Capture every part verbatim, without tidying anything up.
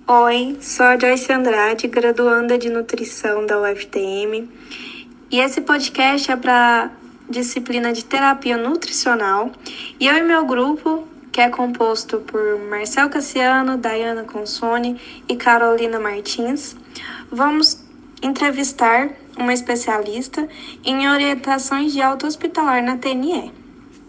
Oi, sou a Joyce Andrade, graduanda de nutrição da U F T M, e esse podcast é para disciplina de terapia nutricional, e eu e meu grupo, que é composto por Marcel Cassiano, Dayana Consone e Carolina Martins, vamos entrevistar uma especialista em orientações de auto-hospitalar na T N E.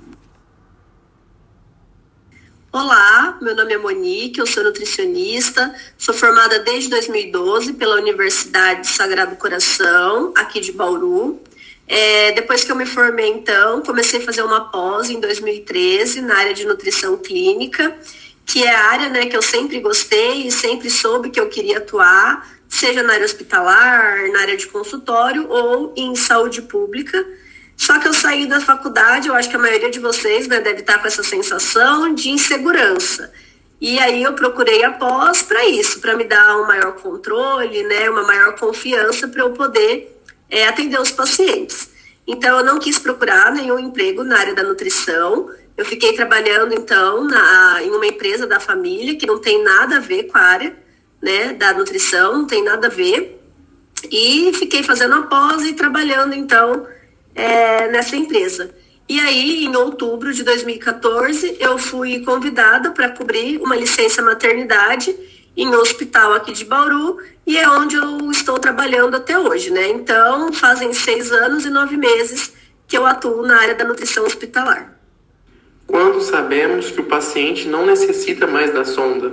Olá, meu nome é Monique, eu sou nutricionista, sou formada desde dois mil e doze pela Universidade Sagrado Coração, aqui de Bauru. É, depois que eu me formei, então, comecei a fazer uma pós em dois mil e treze na área de nutrição clínica, que é a área, né, que eu sempre gostei e sempre soube que eu queria atuar, seja na área hospitalar, na área de consultório ou em saúde pública. Só que eu saí da faculdade, eu acho que a maioria de vocês, né, deve estar com essa sensação de insegurança. E aí eu procurei a pós para isso, para me dar um maior controle, né, uma maior confiança para eu poder é, atender os pacientes. Então eu não quis procurar nenhum emprego na área da nutrição. Eu fiquei trabalhando então na, em uma empresa da família que não tem nada a ver com a área, né, da nutrição, não tem nada a ver. E fiquei fazendo a pós e trabalhando então É, nessa empresa. E aí, em outubro de dois mil e quatorze, eu fui convidada para cobrir uma licença maternidade em um hospital aqui de Bauru, e é onde eu estou trabalhando até hoje, né? Então, fazem seis anos e nove meses que eu atuo na área da nutrição hospitalar. Quando sabemos que o paciente não necessita mais da sonda?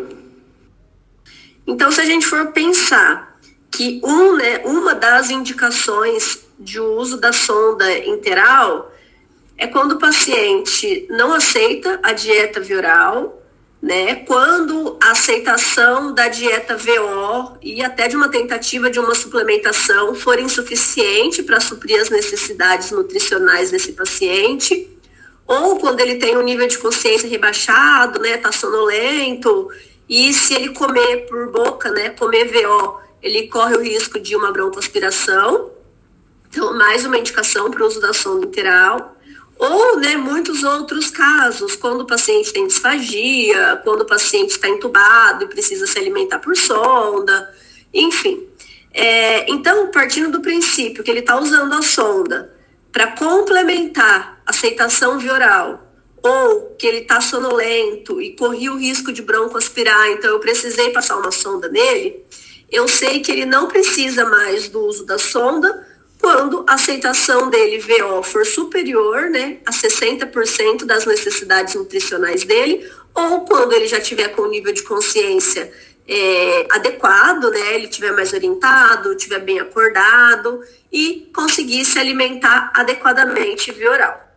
Então, se a gente for pensar que um, né, uma das indicações de uso da sonda enteral é quando o paciente não aceita a dieta via oral, né? Quando a aceitação da dieta V O e até de uma tentativa de uma suplementação for insuficiente para suprir as necessidades nutricionais desse paciente, ou quando ele tem um nível de consciência rebaixado, né? Tá sonolento, e se ele comer por boca, né? Comer V O, ele corre o risco de uma broncoaspiração. Então, mais uma indicação para o uso da sonda enteral. Ou, né, muitos outros casos, quando o paciente tem disfagia, quando o paciente está entubado e precisa se alimentar por sonda, enfim. É, então, partindo do princípio que ele está usando a sonda para complementar a aceitação via oral, ou que ele está sonolento e corria o risco de broncoaspirar, então eu precisei passar uma sonda nele, eu sei que ele não precisa mais do uso da sonda quando a aceitação dele V O for superior, né, a sessenta por cento das necessidades nutricionais dele, ou quando ele já tiver com um nível de consciência é, adequado, né, ele estiver mais orientado, estiver bem acordado e conseguir se alimentar adequadamente via oral.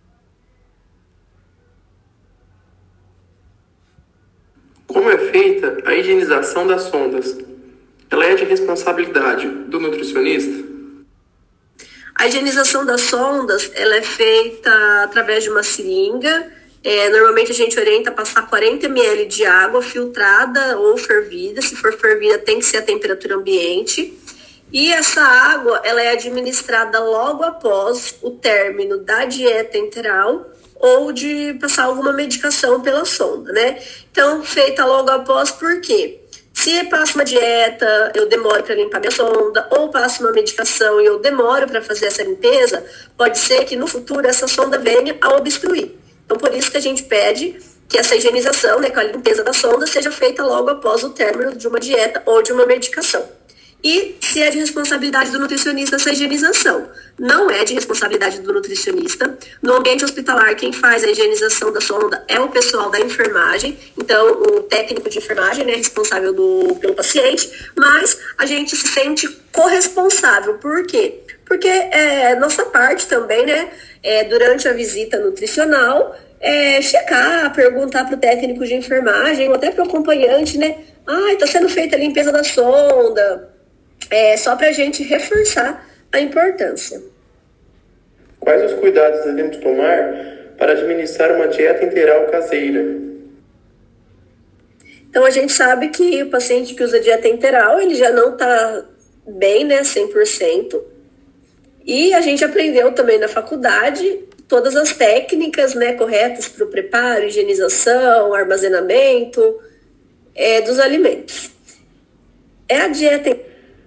Como é feita a higienização das sondas? Ela é de responsabilidade do nutricionista? A higienização das sondas, ela é feita através de uma seringa. É, normalmente a gente orienta a passar quarenta mililitros de água filtrada ou fervida. Se for fervida, tem que ser a temperatura ambiente. E essa água, ela é administrada logo após o término da dieta enteral ou de passar alguma medicação pela sonda, né? Então, feita logo após, por quê? Se passo uma dieta, eu demoro para limpar minha sonda, ou passo uma medicação e eu demoro para fazer essa limpeza, pode ser que no futuro essa sonda venha a obstruir. Então, por isso que a gente pede que essa higienização, né, com a limpeza da sonda, seja feita logo após o término de uma dieta ou de uma medicação. E se é de responsabilidade do nutricionista essa higienização? Não é de responsabilidade do nutricionista. No ambiente hospitalar, quem faz a higienização da sonda é o pessoal da enfermagem. Então, o técnico de enfermagem, né, é responsável do, pelo paciente, mas a gente se sente corresponsável. Por quê? Porque é nossa parte também, né, é, durante a visita nutricional, é, checar, perguntar para o técnico de enfermagem, ou até para o acompanhante, né, ah, está sendo feita a limpeza da sonda. É só para a gente reforçar a importância. Quais os cuidados devemos tomar para administrar uma dieta enteral caseira? Então, a gente sabe que o paciente que usa dieta enteral, ele já não está bem, né, cem por cento. E a gente aprendeu também na faculdade todas as técnicas, né, corretas para o preparo, higienização, armazenamento é, dos alimentos. É a dieta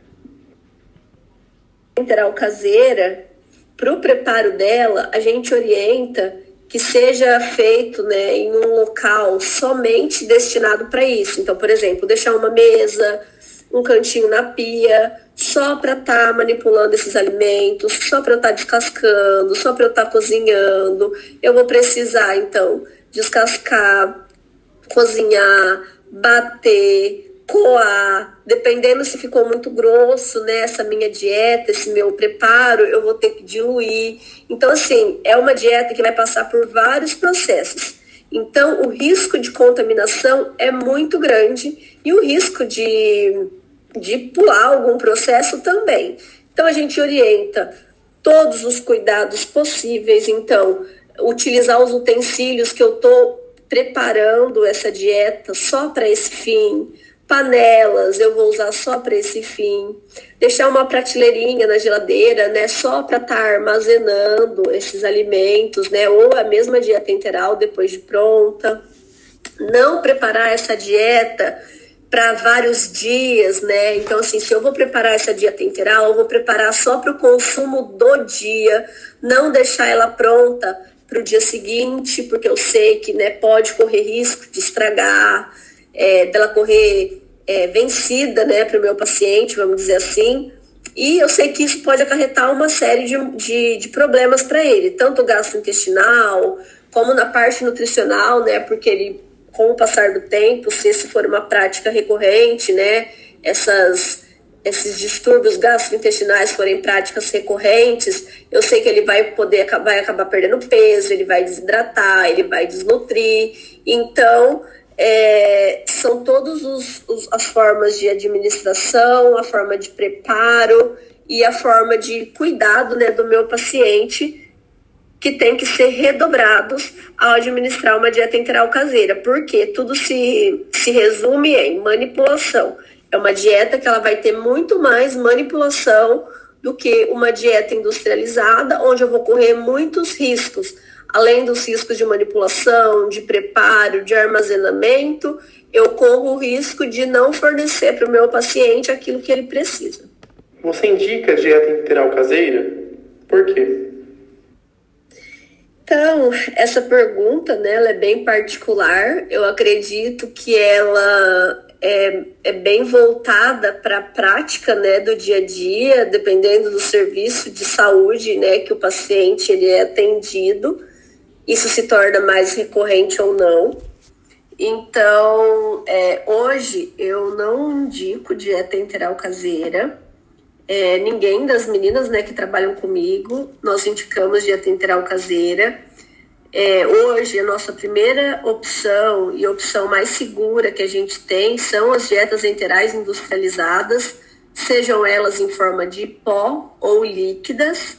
enteral caseira, para o preparo dela, a gente orienta que seja feito, né, em um local somente destinado para isso. Então, por exemplo, deixar uma mesa, um cantinho na pia, só para estar tá manipulando esses alimentos, só para eu estar tá descascando, só para eu estar tá cozinhando. Eu vou precisar, então, descascar, cozinhar, bater, coar, dependendo se ficou muito grosso, né, essa minha dieta, esse meu preparo, eu vou ter que diluir. Então, assim, é uma dieta que vai passar por vários processos. Então, o risco de contaminação é muito grande e o risco de, de pular algum processo também. Então, a gente orienta todos os cuidados possíveis. Então, utilizar os utensílios que eu estou preparando essa dieta só para esse fim. Panelas, eu vou usar só para esse fim. Deixar uma prateleirinha na geladeira, né, só para estar tá armazenando esses alimentos, né, ou a mesma dieta enteral depois de pronta. Não preparar essa dieta para vários dias, né? Então, assim, se eu vou preparar essa dieta integral, eu vou preparar só para o consumo do dia, não deixar ela pronta para o dia seguinte, porque eu sei que, né, pode correr risco de estragar, é, dela correr é, vencida, né, para o meu paciente, vamos dizer assim. E eu sei que isso pode acarretar uma série de, de, de problemas para ele, tanto gastrointestinal, como na parte nutricional, né, porque ele, com o passar do tempo, se isso for uma prática recorrente, né, essas, esses distúrbios gastrointestinais forem práticas recorrentes, eu sei que ele vai poder vai acabar perdendo peso, ele vai desidratar, ele vai desnutrir. Então, é, são todas as formas de administração, a forma de preparo e a forma de cuidado, né, do meu paciente, que tem que ser redobrados ao administrar uma dieta enteral caseira, porque tudo se, se resume em manipulação. É uma dieta que ela vai ter muito mais manipulação do que uma dieta industrializada, onde eu vou correr muitos riscos, além dos riscos de manipulação, de preparo, de armazenamento, eu corro o risco de não fornecer para o meu paciente aquilo que ele precisa. Você indica dieta enteral caseira? Por quê? Então, essa pergunta, né, ela é bem particular. Eu acredito que ela é, é bem voltada para a prática, né, do dia a dia, dependendo do serviço de saúde, né, que o paciente ele é atendido. Isso se torna mais recorrente ou não. Então, é, hoje eu não indico dieta enteral caseira. É, ninguém das meninas, né, que trabalham comigo, nós indicamos dieta enteral caseira. É, hoje, a nossa primeira opção e a opção mais segura que a gente tem são as dietas enterais industrializadas, sejam elas em forma de pó ou líquidas.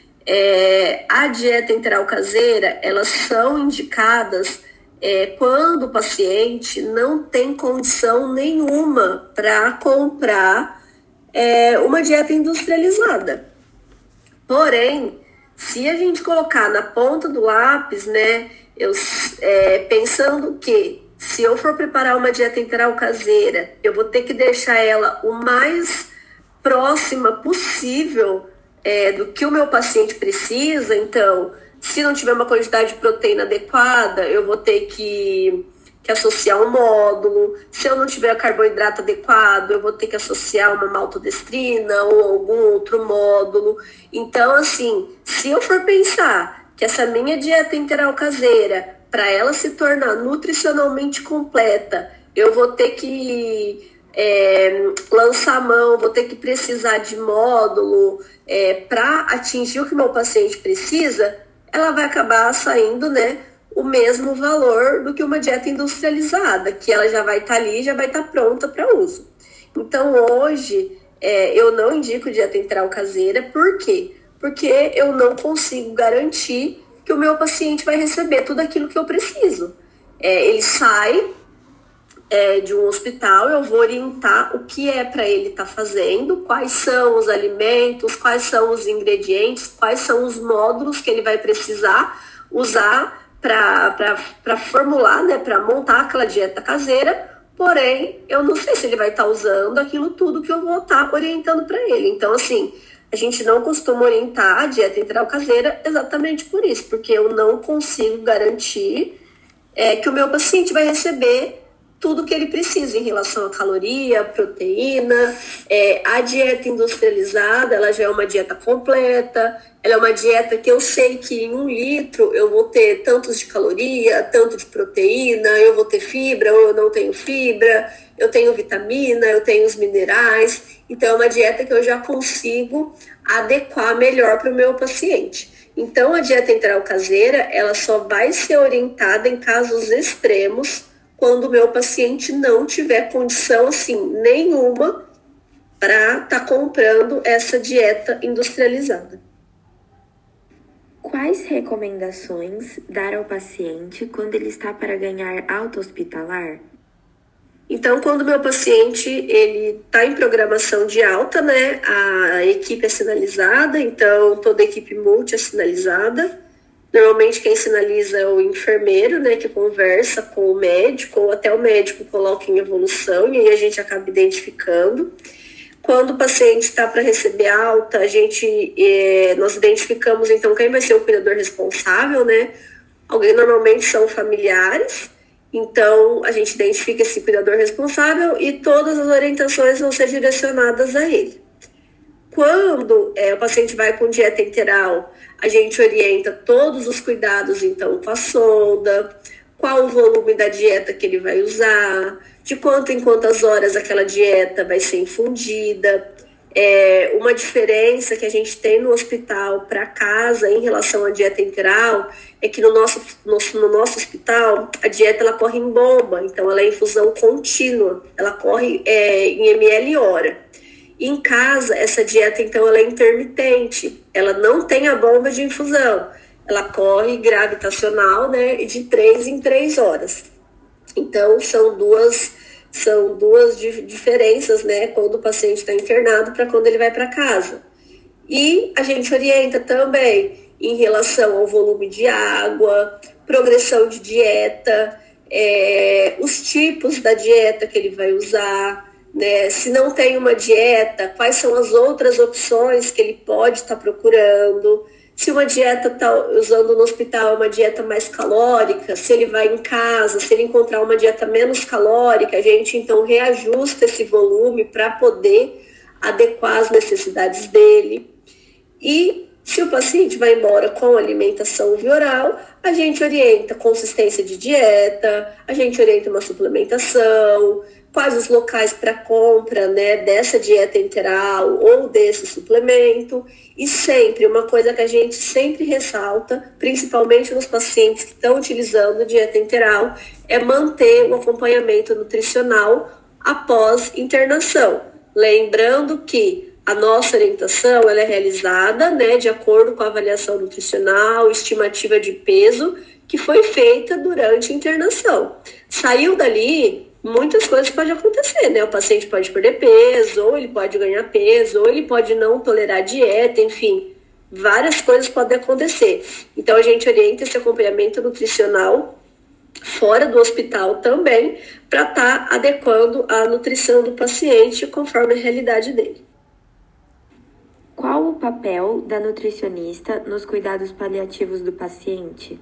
É, a dieta enteral caseira, elas são indicadas é, quando o paciente não tem condição nenhuma para comprar é, uma dieta industrializada. Porém, se a gente colocar na ponta do lápis, né, eu, é, pensando que se eu for preparar uma dieta enteral caseira, eu vou ter que deixar ela o mais próxima possível É, do que o meu paciente precisa. Então, se não tiver uma quantidade de proteína adequada, eu vou ter que, que associar um módulo. Se eu não tiver carboidrato adequado, eu vou ter que associar uma maltodestrina ou algum outro módulo. Então, assim, se eu for pensar que essa minha dieta enteral caseira, para ela se tornar nutricionalmente completa, eu vou ter que É, lançar a mão, vou ter que precisar de módulo é, para atingir o que meu paciente precisa, ela vai acabar saindo, né, o mesmo valor do que uma dieta industrializada, que ela já vai estar tá ali, já vai estar tá pronta para uso. Então, hoje, é, eu não indico dieta enteral caseira. Por quê? Porque eu não consigo garantir que o meu paciente vai receber tudo aquilo que eu preciso. É, ele sai É, de um hospital, eu vou orientar o que é para ele estar tá fazendo, quais são os alimentos, quais são os ingredientes, quais são os módulos que ele vai precisar usar para formular, né, para montar aquela dieta caseira, porém, eu não sei se ele vai estar usando aquilo tudo que eu vou estar orientando para ele. Então, assim, a gente não costuma orientar a dieta integral caseira exatamente por isso, porque eu não consigo garantir é, que o meu paciente vai receber tudo que ele precisa em relação a caloria, proteína. É, a dieta industrializada, ela já é uma dieta completa, ela é uma dieta que eu sei que em um litro eu vou ter tantos de caloria, tanto de proteína, eu vou ter fibra ou eu não tenho fibra, eu tenho vitamina, eu tenho os minerais. Então é uma dieta que eu já consigo adequar melhor para o meu paciente. Então a dieta integral caseira, ela só vai ser orientada em casos extremos, quando o meu paciente não tiver condição, assim, nenhuma para estar tá comprando essa dieta industrializada. Quais recomendações dar ao paciente quando ele está para ganhar alta hospitalar? Então, quando o meu paciente ele está em programação de alta, né, a equipe é sinalizada, então toda a equipe multi é sinalizada. Normalmente quem sinaliza é o enfermeiro, né, que conversa com o médico, ou até o médico coloca em evolução, e aí a gente acaba identificando. Quando o paciente está para receber alta, a gente, é, nós identificamos então quem vai ser o cuidador responsável, né? Alguém normalmente são familiares, então a gente identifica esse cuidador responsável e todas as orientações vão ser direcionadas a ele. Quando é, o paciente vai com dieta integral, a gente orienta todos os cuidados, então, com a sonda, qual o volume da dieta que ele vai usar, de quanto em quantas horas aquela dieta vai ser infundida. É, uma diferença que a gente tem no hospital para casa em relação à dieta integral é que no nosso, no, no nosso hospital a dieta ela corre em bomba, então ela é infusão contínua, ela corre é, em ml hora. Em casa, essa dieta, então, ela é intermitente. Ela não tem a bomba de infusão. Ela corre gravitacional, né, de três em três horas. Então, são duas, são duas diferenças, né, quando o paciente está internado para quando ele vai para casa. E a gente orienta também em relação ao volume de água, progressão de dieta, é, os tipos da dieta que ele vai usar, né? Se não tem uma dieta, quais são as outras opções que ele pode estar tá procurando. Se uma dieta está usando no hospital uma dieta mais calórica, se ele vai em casa, se ele encontrar uma dieta menos calórica, a gente então reajusta esse volume para poder adequar as necessidades dele. E se o paciente vai embora com alimentação via oral, a gente orienta consistência de dieta, a gente orienta uma suplementação, quais os locais para compra, né, dessa dieta integral ou desse suplemento. E sempre, uma coisa que a gente sempre ressalta, principalmente nos pacientes que estão utilizando dieta integral, é manter o acompanhamento nutricional após internação. Lembrando que a nossa orientação ela é realizada, né, de acordo com a avaliação nutricional, estimativa de peso, que foi feita durante a internação. Saiu dali, muitas coisas podem acontecer, né? O paciente pode perder peso, ou ele pode ganhar peso, ou ele pode não tolerar dieta, enfim, várias coisas podem acontecer. Então, a gente orienta esse acompanhamento nutricional fora do hospital também, para estar tá adequando a nutrição do paciente conforme a realidade dele. Qual o papel da nutricionista nos cuidados paliativos do paciente?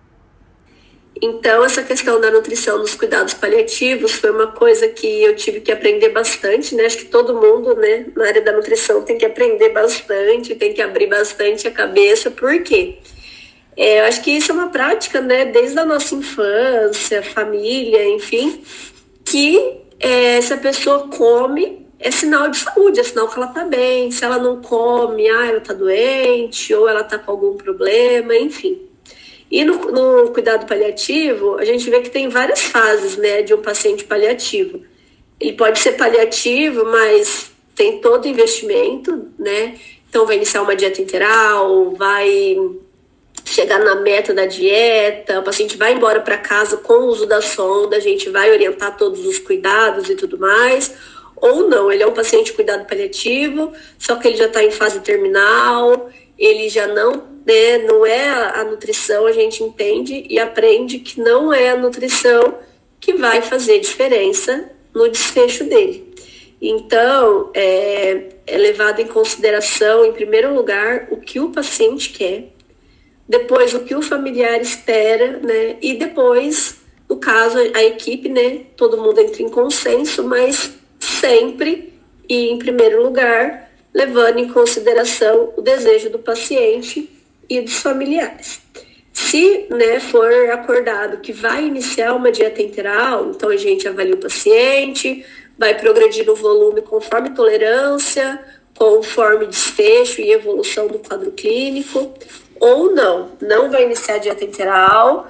Então, essa questão da nutrição nos cuidados paliativos foi uma coisa que eu tive que aprender bastante, né? Acho que todo mundo, né, na área da nutrição tem que aprender bastante, tem que abrir bastante a cabeça. Por quê? É, eu acho que isso é uma prática, né, desde a nossa infância, família, enfim, que é, se a pessoa come, é sinal de saúde, é sinal que ela tá bem. Se ela não come, ah, ela tá doente, ou ela tá com algum problema, enfim. E no, no cuidado paliativo, a gente vê que tem várias fases, né, de um paciente paliativo. Ele pode ser paliativo, mas tem todo investimento, né? Então vai iniciar uma dieta integral, vai chegar na meta da dieta, o paciente vai embora para casa com o uso da sonda, a gente vai orientar todos os cuidados e tudo mais. Ou não, ele é um paciente de cuidado paliativo, só que ele já está em fase terminal, ele já não, né, não é a, a nutrição, a gente entende e aprende que não é a nutrição que vai fazer diferença no desfecho dele. Então, é, é levado em consideração, em primeiro lugar, o que o paciente quer, depois o que o familiar espera, né? E depois, no caso, a equipe, né? Todo mundo entra em consenso, mas sempre, e em primeiro lugar, levando em consideração o desejo do paciente e dos familiares. Se, né, for acordado que vai iniciar uma dieta enteral, então a gente avalia o paciente, vai progredir no volume conforme tolerância, conforme desfecho e evolução do quadro clínico, ou não, não vai iniciar a dieta enteral,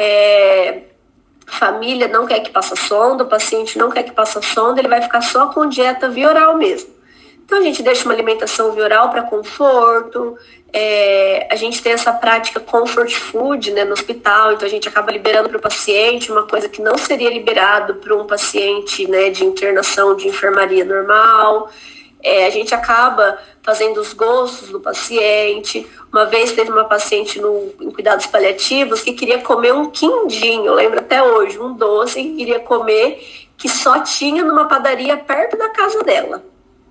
é, família não quer que passe sonda, o paciente não quer que passe sonda, ele vai ficar só com dieta via oral mesmo. Então a gente deixa uma alimentação via oral para conforto, é, a gente tem essa prática comfort food, né, no hospital, então a gente acaba liberando para o paciente uma coisa que não seria liberado para um paciente, né, de internação de enfermaria normal. É, a gente acaba fazendo os gostos do paciente. Uma vez teve uma paciente no, em cuidados paliativos que queria comer um quindim, eu lembro até hoje, um doce que queria comer, que só tinha numa padaria perto da casa dela.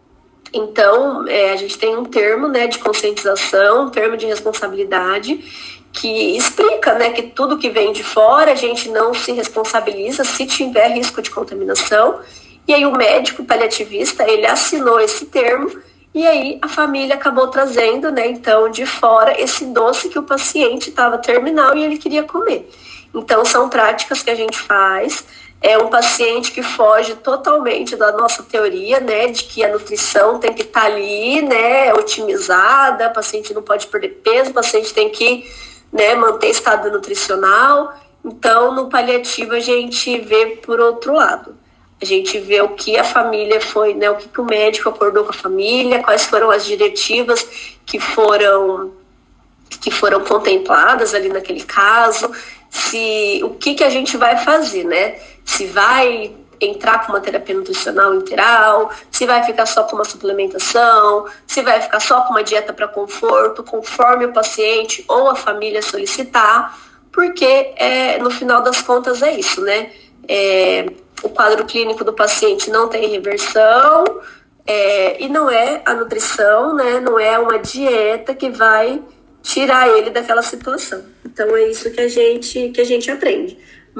Então, é, a gente tem um termo, né, de conscientização, um termo de responsabilidade, que explica, né, que tudo que vem de fora a gente não se responsabiliza se tiver risco de contaminação. E aí o médico paliativista, ele assinou esse termo e aí a família acabou trazendo, né, então, de fora esse doce que o paciente estava terminal e ele queria comer. Então, são práticas que a gente faz. É um paciente que foge totalmente da nossa teoria, né, de que a nutrição tem que estar ali, né, otimizada, o paciente não pode perder peso, o paciente tem que, né, manter estado nutricional. Então, no paliativo, a gente vê por outro lado. A gente vê o que a família foi, né, o que, que o médico acordou com a família, quais foram as diretivas que foram, que foram contempladas ali naquele caso, se, o que, que a gente vai fazer, né? Se vai entrar com uma terapia nutricional interal, se vai ficar só com uma suplementação, se vai ficar só com uma dieta para conforto, conforme o paciente ou a família solicitar, porque é, no final das contas é isso, né? É, o quadro clínico do paciente não tem reversão, é, e não é a nutrição, né? Não é uma dieta que vai tirar ele daquela situação. Então é isso que a gente, que a gente aprende.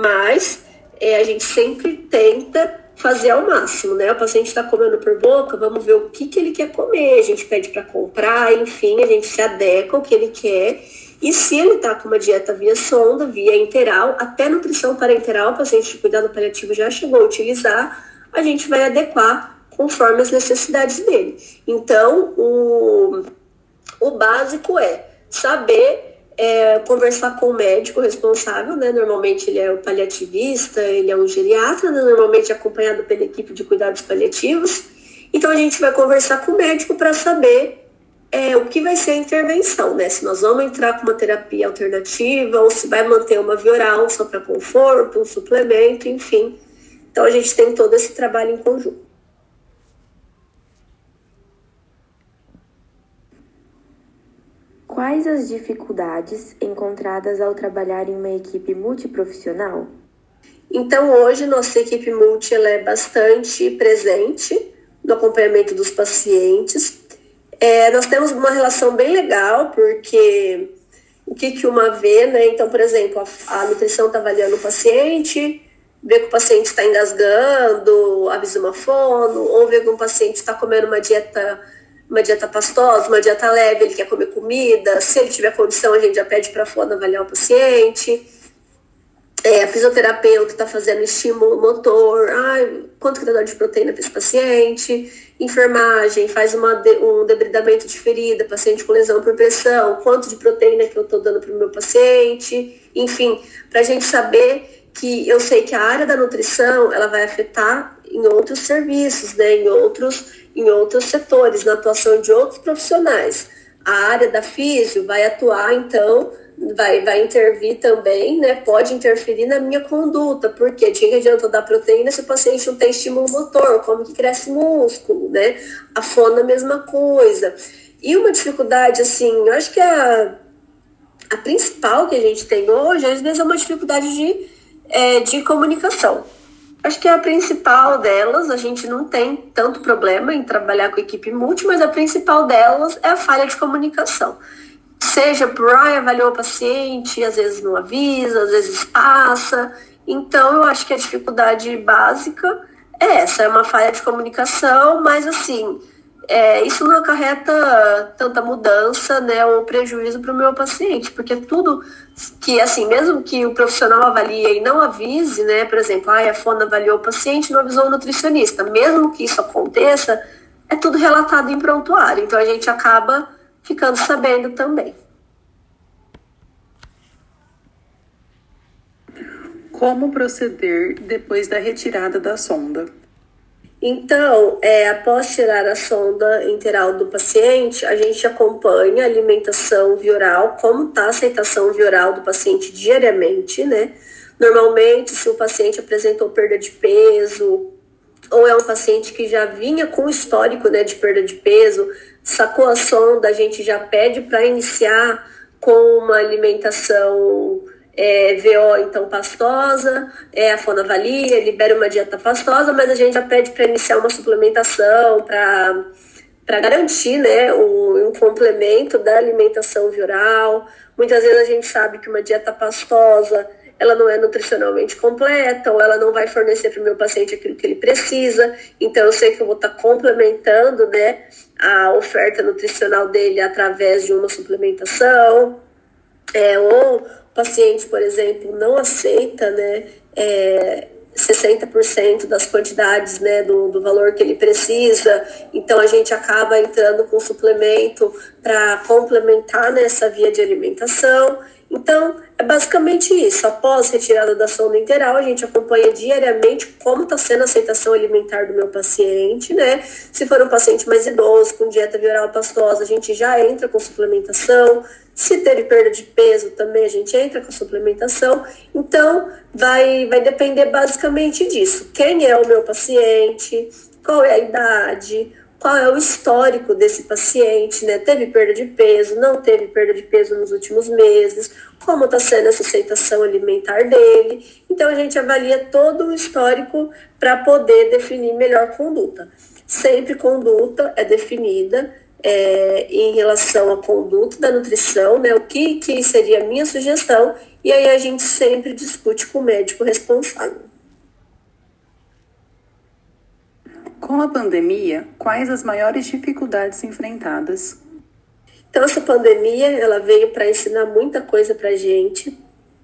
Mas é, a gente sempre tenta fazer ao máximo, né? O paciente está comendo por boca, vamos ver o que, que ele quer comer, a gente pede para comprar, enfim, a gente se adequa ao que ele quer. E se ele está com uma dieta via sonda, via enteral, até nutrição parenteral, o paciente de cuidado paliativo já chegou a utilizar, a gente vai adequar conforme as necessidades dele. Então, o, o básico é saber é, conversar com o médico responsável, né? Normalmente ele é o paliativista, ele é um geriatra, né? Normalmente acompanhado pela equipe de cuidados paliativos. Então a gente vai conversar com o médico para saber é, o que vai ser a intervenção, né? Se nós vamos entrar com uma terapia alternativa ou se vai manter uma via oral só para conforto, um suplemento, enfim. Então a gente tem todo esse trabalho em conjunto. Quais as dificuldades encontradas ao trabalhar em uma equipe multiprofissional? Então, hoje, nossa equipe multi ela é bastante presente no acompanhamento dos pacientes. É, nós temos uma relação bem legal, porque o que, que uma vê, né? Então, por exemplo, a, a nutrição está avaliando o paciente, vê que o paciente está engasgando, avisa uma fono, ou vê que um paciente está comendo uma dieta... uma dieta pastosa, uma dieta leve, ele quer comer comida, se ele tiver condição, a gente já pede para a fono avaliar o paciente. É, a fisioterapeuta está fazendo estímulo motor, ai, quanto que dá de proteína para esse paciente, enfermagem, faz uma de, um debridamento de ferida, paciente com lesão por pressão, quanto de proteína que eu estou dando para o meu paciente, enfim, para a gente saber que eu sei que a área da nutrição, ela vai afetar em outros serviços, né, em outros em outros setores, na atuação de outros profissionais. A área da físio vai atuar, então, vai, vai intervir também, né? Pode interferir na minha conduta, porque de que adianta eu dar proteína se o paciente não tem estímulo motor, como que cresce músculo, né? A fono a mesma coisa. E uma dificuldade, assim, eu acho que a, a principal que a gente tem hoje, às vezes é uma dificuldade de é, de comunicação. Acho que a principal delas, a gente não tem tanto problema em trabalhar com equipe multi, mas a principal delas é a falha de comunicação. Seja por, ah, avaliou o paciente, às vezes não avisa, às vezes passa. Então, eu acho que a dificuldade básica é essa, é uma falha de comunicação, mas assim, é, isso não acarreta tanta mudança, né, ou prejuízo para o meu paciente, porque tudo que, assim, mesmo que o profissional avalie e não avise, né, por exemplo, ah, a fono avaliou o paciente, não avisou o nutricionista, mesmo que isso aconteça, é tudo relatado em prontuário, então a gente acaba ficando sabendo também. Como proceder depois da retirada da sonda? Então, é, após tirar a sonda enteral do paciente, a gente acompanha a alimentação via oral, como está a aceitação via oral do paciente diariamente, né? Normalmente, se o paciente apresentou perda de peso, ou é um paciente que já vinha com histórico, né, de perda de peso, sacou a sonda, a gente já pede para iniciar com uma alimentação É, V O, então, pastosa, é, a fono avalia, libera uma dieta pastosa, mas a gente já pede para iniciar uma suplementação para garantir, né, um, um complemento da alimentação via oral. Muitas vezes a gente sabe que uma dieta pastosa ela não é nutricionalmente completa, ou ela não vai fornecer para o meu paciente aquilo que ele precisa, então eu sei que eu vou estar tá complementando, né, a oferta nutricional dele através de uma suplementação, é, ou o paciente, por exemplo, não aceita, né, é, sessenta por cento das quantidades, né, do, do valor que ele precisa, então a gente acaba entrando com suplemento para complementar nessa via de alimentação. Então, é basicamente isso. Após retirada da sonda enteral, a gente acompanha diariamente como está sendo a aceitação alimentar do meu paciente, né? Se for um paciente mais idoso, com dieta via oral pastosa, a gente já entra com suplementação. Se teve perda de peso, também a gente entra com suplementação. Então, vai, vai depender basicamente disso. Quem é o meu paciente, qual é a idade, qual é o histórico desse paciente, né? Teve perda de peso, não teve perda de peso nos últimos meses, como está sendo essa aceitação alimentar dele. Então, a gente avalia todo o histórico para poder definir melhor conduta. Sempre conduta é definida é, em relação à conduta da nutrição, né? O que, que seria a minha sugestão, e aí a gente sempre discute com o médico responsável. Com a pandemia, quais as maiores dificuldades enfrentadas? Então, essa pandemia, ela veio para ensinar muita coisa para a gente.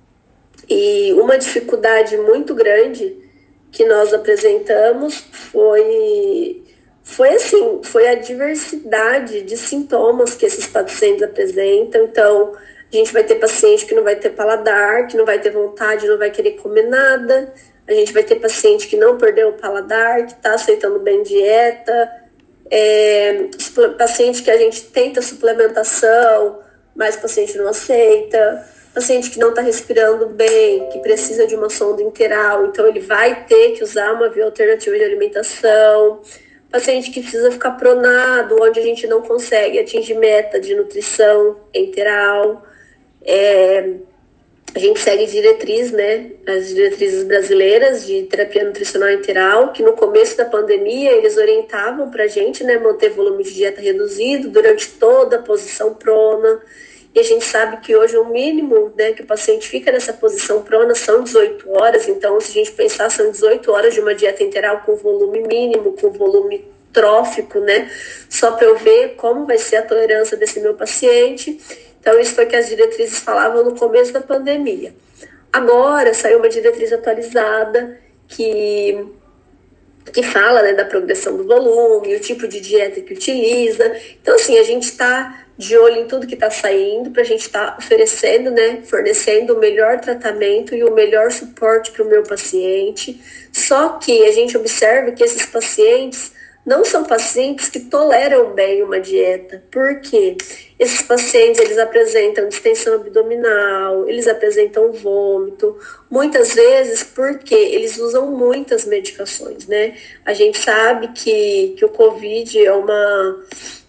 E uma dificuldade muito grande que nós apresentamos foi, foi assim, foi a diversidade de sintomas que esses pacientes apresentam. Então, a gente vai ter paciente que não vai ter paladar, que não vai ter vontade, não vai querer comer nada. A gente vai ter paciente que não perdeu o paladar, que está aceitando bem dieta, é, paciente que a gente tenta suplementação, mas o paciente não aceita, paciente que não está respirando bem, que precisa de uma sonda enteral, então ele vai ter que usar uma via alternativa de alimentação, paciente que precisa ficar pronado, onde a gente não consegue atingir meta de nutrição enteral, é, a gente segue diretriz, né, as diretrizes brasileiras de terapia nutricional enteral, que no começo da pandemia eles orientavam para a gente, né, manter volume de dieta reduzido durante toda a posição prona. E a gente sabe que hoje o mínimo, né, que o paciente fica nessa posição prona são dezoito horas. Então, se a gente pensar, são dezoito horas de uma dieta enteral com volume mínimo, com volume trófico, né, só para eu ver como vai ser a tolerância desse meu paciente. Então, isso foi que as diretrizes falavam no começo da pandemia. Agora, saiu uma diretriz atualizada que, que fala, né, da progressão do volume, o tipo de dieta que utiliza. Então, assim, a gente está de olho em tudo que está saindo para a gente estar tá oferecendo, né, fornecendo o melhor tratamento e o melhor suporte para o meu paciente. Só que a gente observa que esses pacientes não são pacientes que toleram bem uma dieta. Por quê? Esses pacientes, eles apresentam distensão abdominal, eles apresentam vômito, muitas vezes porque eles usam muitas medicações, né? A gente sabe que, que o Covid é uma...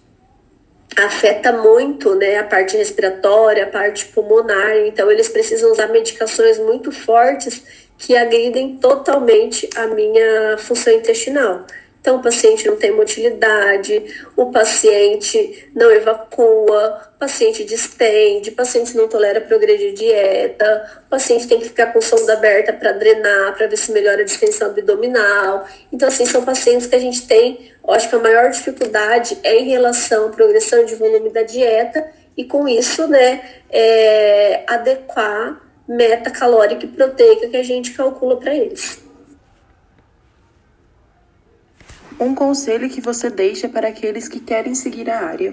afeta muito, né, a parte respiratória, a parte pulmonar, então eles precisam usar medicações muito fortes que agridem totalmente a minha função intestinal. Então, o paciente não tem motilidade, o paciente não evacua, o paciente distende, o paciente não tolera progredir dieta, o paciente tem que ficar com sonda aberta para drenar, para ver se melhora a distensão abdominal. Então, assim, são pacientes que a gente tem, eu acho que a maior dificuldade é em relação à progressão de volume da dieta e, com isso, né, é, adequar meta calórica e proteica que a gente calcula para eles. Um conselho que você deixa para aqueles que querem seguir a área?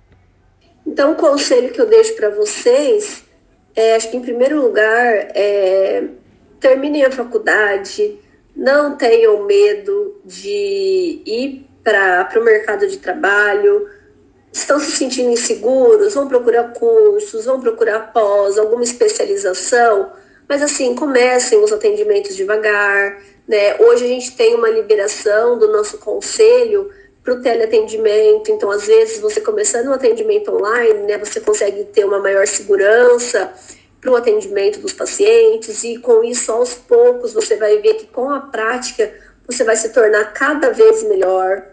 Então, o conselho que eu deixo para vocês é, acho que em primeiro lugar, é, terminem a faculdade, não tenham medo de ir para o mercado de trabalho, estão se sentindo inseguros, vão procurar cursos, vão procurar pós, alguma especialização, mas assim, comecem os atendimentos devagar, né? Hoje a gente tem uma liberação do nosso conselho para o teleatendimento, então às vezes você começando um atendimento online, né, você consegue ter uma maior segurança para o atendimento dos pacientes e com isso aos poucos você vai ver que com a prática você vai se tornar cada vez melhor.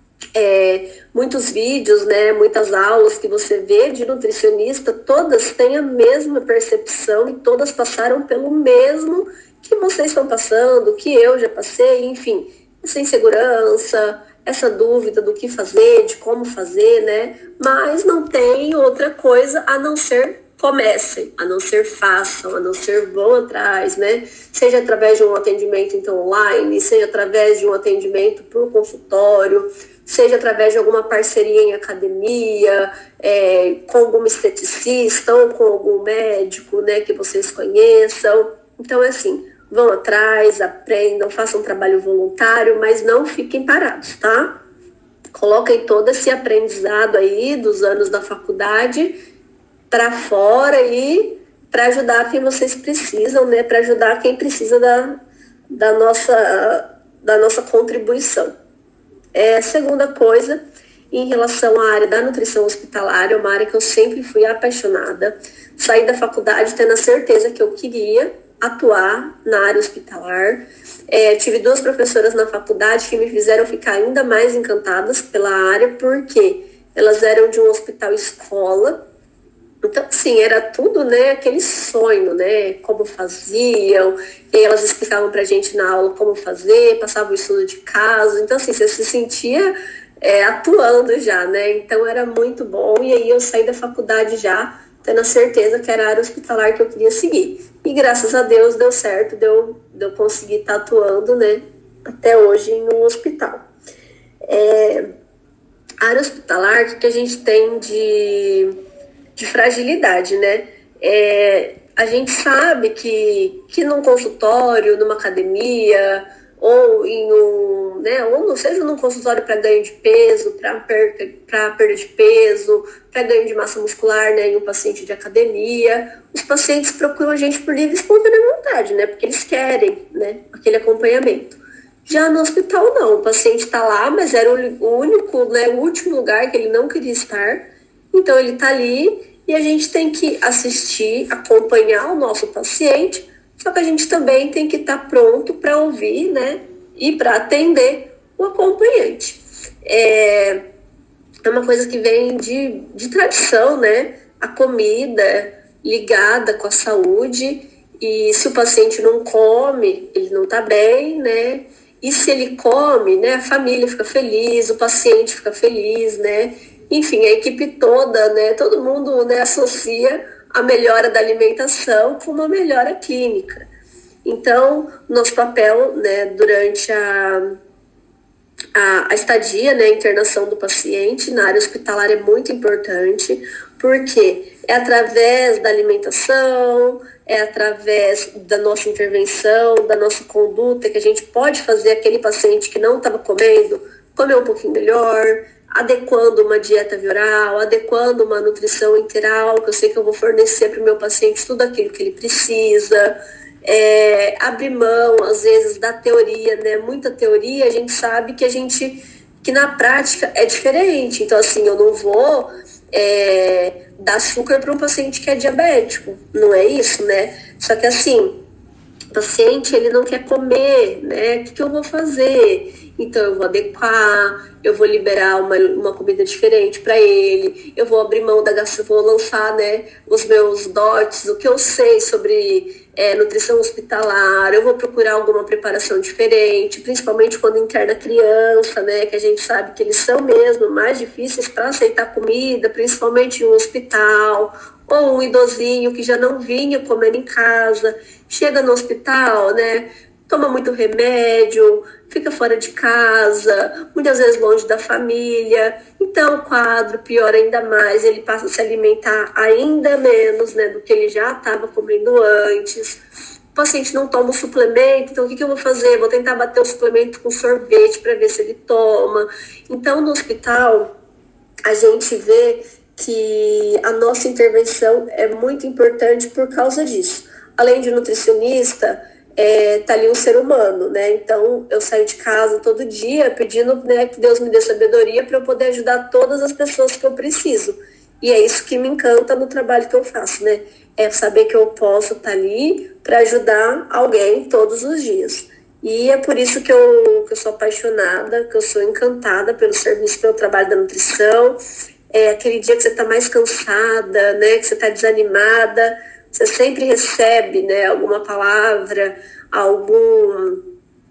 É, muitos vídeos, né, muitas aulas que você vê de nutricionista, todas têm a mesma percepção e todas passaram pelo mesmo que vocês estão passando, que eu já passei, enfim, essa insegurança, essa dúvida do que fazer, de como fazer, né? Mas não tem outra coisa a não ser comecem, a não ser façam, a não ser vão atrás, né? Seja através de um atendimento então online, seja através de um atendimento por consultório, seja através de alguma parceria em academia, é, com algum esteticista ou com algum médico, né, que vocês conheçam. Então, é assim, vão atrás, aprendam, façam um trabalho voluntário, mas não fiquem parados, tá? Coloquem todo esse aprendizado aí dos anos da faculdade para fora e para ajudar quem vocês precisam, né? Para ajudar quem precisa da, da, nossa, da nossa contribuição. É, segunda coisa, em relação à área da nutrição hospitalar, é uma área que eu sempre fui apaixonada. Saí da faculdade tendo a certeza que eu queria atuar na área hospitalar. É, tive duas professoras na faculdade que me fizeram ficar ainda mais encantadas pela área, porque elas eram de um hospital escola. Então, assim, era tudo, né, aquele sonho, né, como faziam, e aí elas explicavam pra gente na aula como fazer, passavam o estudo de caso, então, assim, você se sentia é, atuando já, né, então era muito bom, e aí eu saí da faculdade já, tendo a certeza que era a área hospitalar que eu queria seguir, e graças a Deus deu certo, deu, deu conseguir estar atuando, né, até hoje em um hospital. É, a área hospitalar, o que a gente tem de... de fragilidade, né? É, a gente sabe que, que num consultório, numa academia, ou em um, né, ou não seja num consultório para ganho de peso, para perda, para perda de peso, para ganho de massa muscular, né, em um paciente de academia, os pacientes procuram a gente por livre e espontânea vontade, né? Porque eles querem, né, aquele acompanhamento. Já no hospital não, o paciente está lá, mas era o único, né, o último lugar que ele não queria estar. Então, ele está ali e a gente tem que assistir, acompanhar o nosso paciente, só que a gente também tem que estar tá pronto para ouvir, né, e para atender o acompanhante. É, é uma coisa que vem de, de tradição, né, a comida ligada com a saúde, e se o paciente não come, ele não está bem, né, e se ele come, né, a família fica feliz, o paciente fica feliz, né. Enfim, a equipe toda, né, todo mundo, né, associa a melhora da alimentação com uma melhora clínica. Então, nosso papel, né, durante a, a, a estadia, né, a internação do paciente na área hospitalar é muito importante, porque é através da alimentação, é através da nossa intervenção, da nossa conduta, que a gente pode fazer aquele paciente que não estava comendo, comer um pouquinho melhor, adequando uma dieta vioral, adequando uma nutrição integral, que eu sei que eu vou fornecer para o meu paciente tudo aquilo que ele precisa, é, abrir mão, às vezes, da teoria, né? Muita teoria, a gente sabe que a gente, que na prática é diferente. Então, assim, eu não vou é, dar açúcar para um paciente que é diabético, não é isso, né? Só que, assim, O paciente, ele não quer comer, né? O que, que eu vou fazer? Então, eu vou adequar, eu vou liberar uma, uma comida diferente para ele, eu vou abrir mão da gastro, vou lançar, né, os meus dotes, o que eu sei sobre é, nutrição hospitalar, eu vou procurar alguma preparação diferente, principalmente quando interna criança, né, que a gente sabe que eles são mesmo mais difíceis para aceitar comida, principalmente em um hospital, ou um idosinho que já não vinha comendo em casa, chega no hospital, né, toma muito remédio, fica fora de casa, muitas vezes longe da família. Então o quadro piora ainda mais, ele passa a se alimentar ainda menos, né, do que ele já estava comendo antes. O paciente não toma o suplemento, então o que, que eu vou fazer? Vou tentar bater o suplemento com sorvete para ver se ele toma. Então no hospital a gente vê que a nossa intervenção é muito importante por causa disso. Além de nutricionista, É, tá ali um ser humano, né? Então eu saio de casa todo dia pedindo, né, que Deus me dê sabedoria para eu poder ajudar todas as pessoas que eu preciso. E é isso que me encanta no trabalho que eu faço, né? É saber que eu posso estar ali para ajudar alguém todos os dias. E é por isso que eu, que eu sou apaixonada, que eu sou encantada pelo serviço, pelo trabalho da nutrição. É aquele dia que você está mais cansada, né? Que você está desanimada. Você sempre recebe, né, alguma palavra, algum,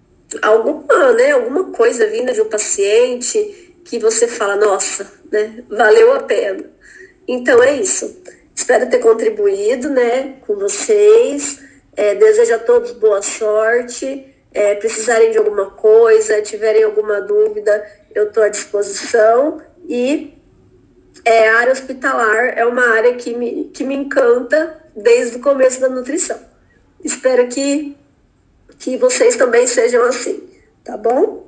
alguma, né, alguma coisa vinda de um paciente que você fala, nossa, né, valeu a pena. Então é isso. Espero ter contribuído, né, com vocês. É, desejo a todos boa sorte. É, precisarem de alguma coisa, tiverem alguma dúvida, eu estou à disposição. E é, a área hospitalar é uma área que me, que me encanta desde o começo da nutrição. Espero que, que vocês também sejam assim, tá bom?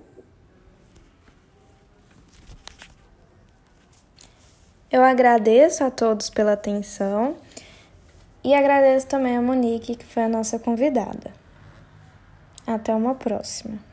Eu agradeço a todos pela atenção e agradeço também a Monique, que foi a nossa convidada. Até uma próxima.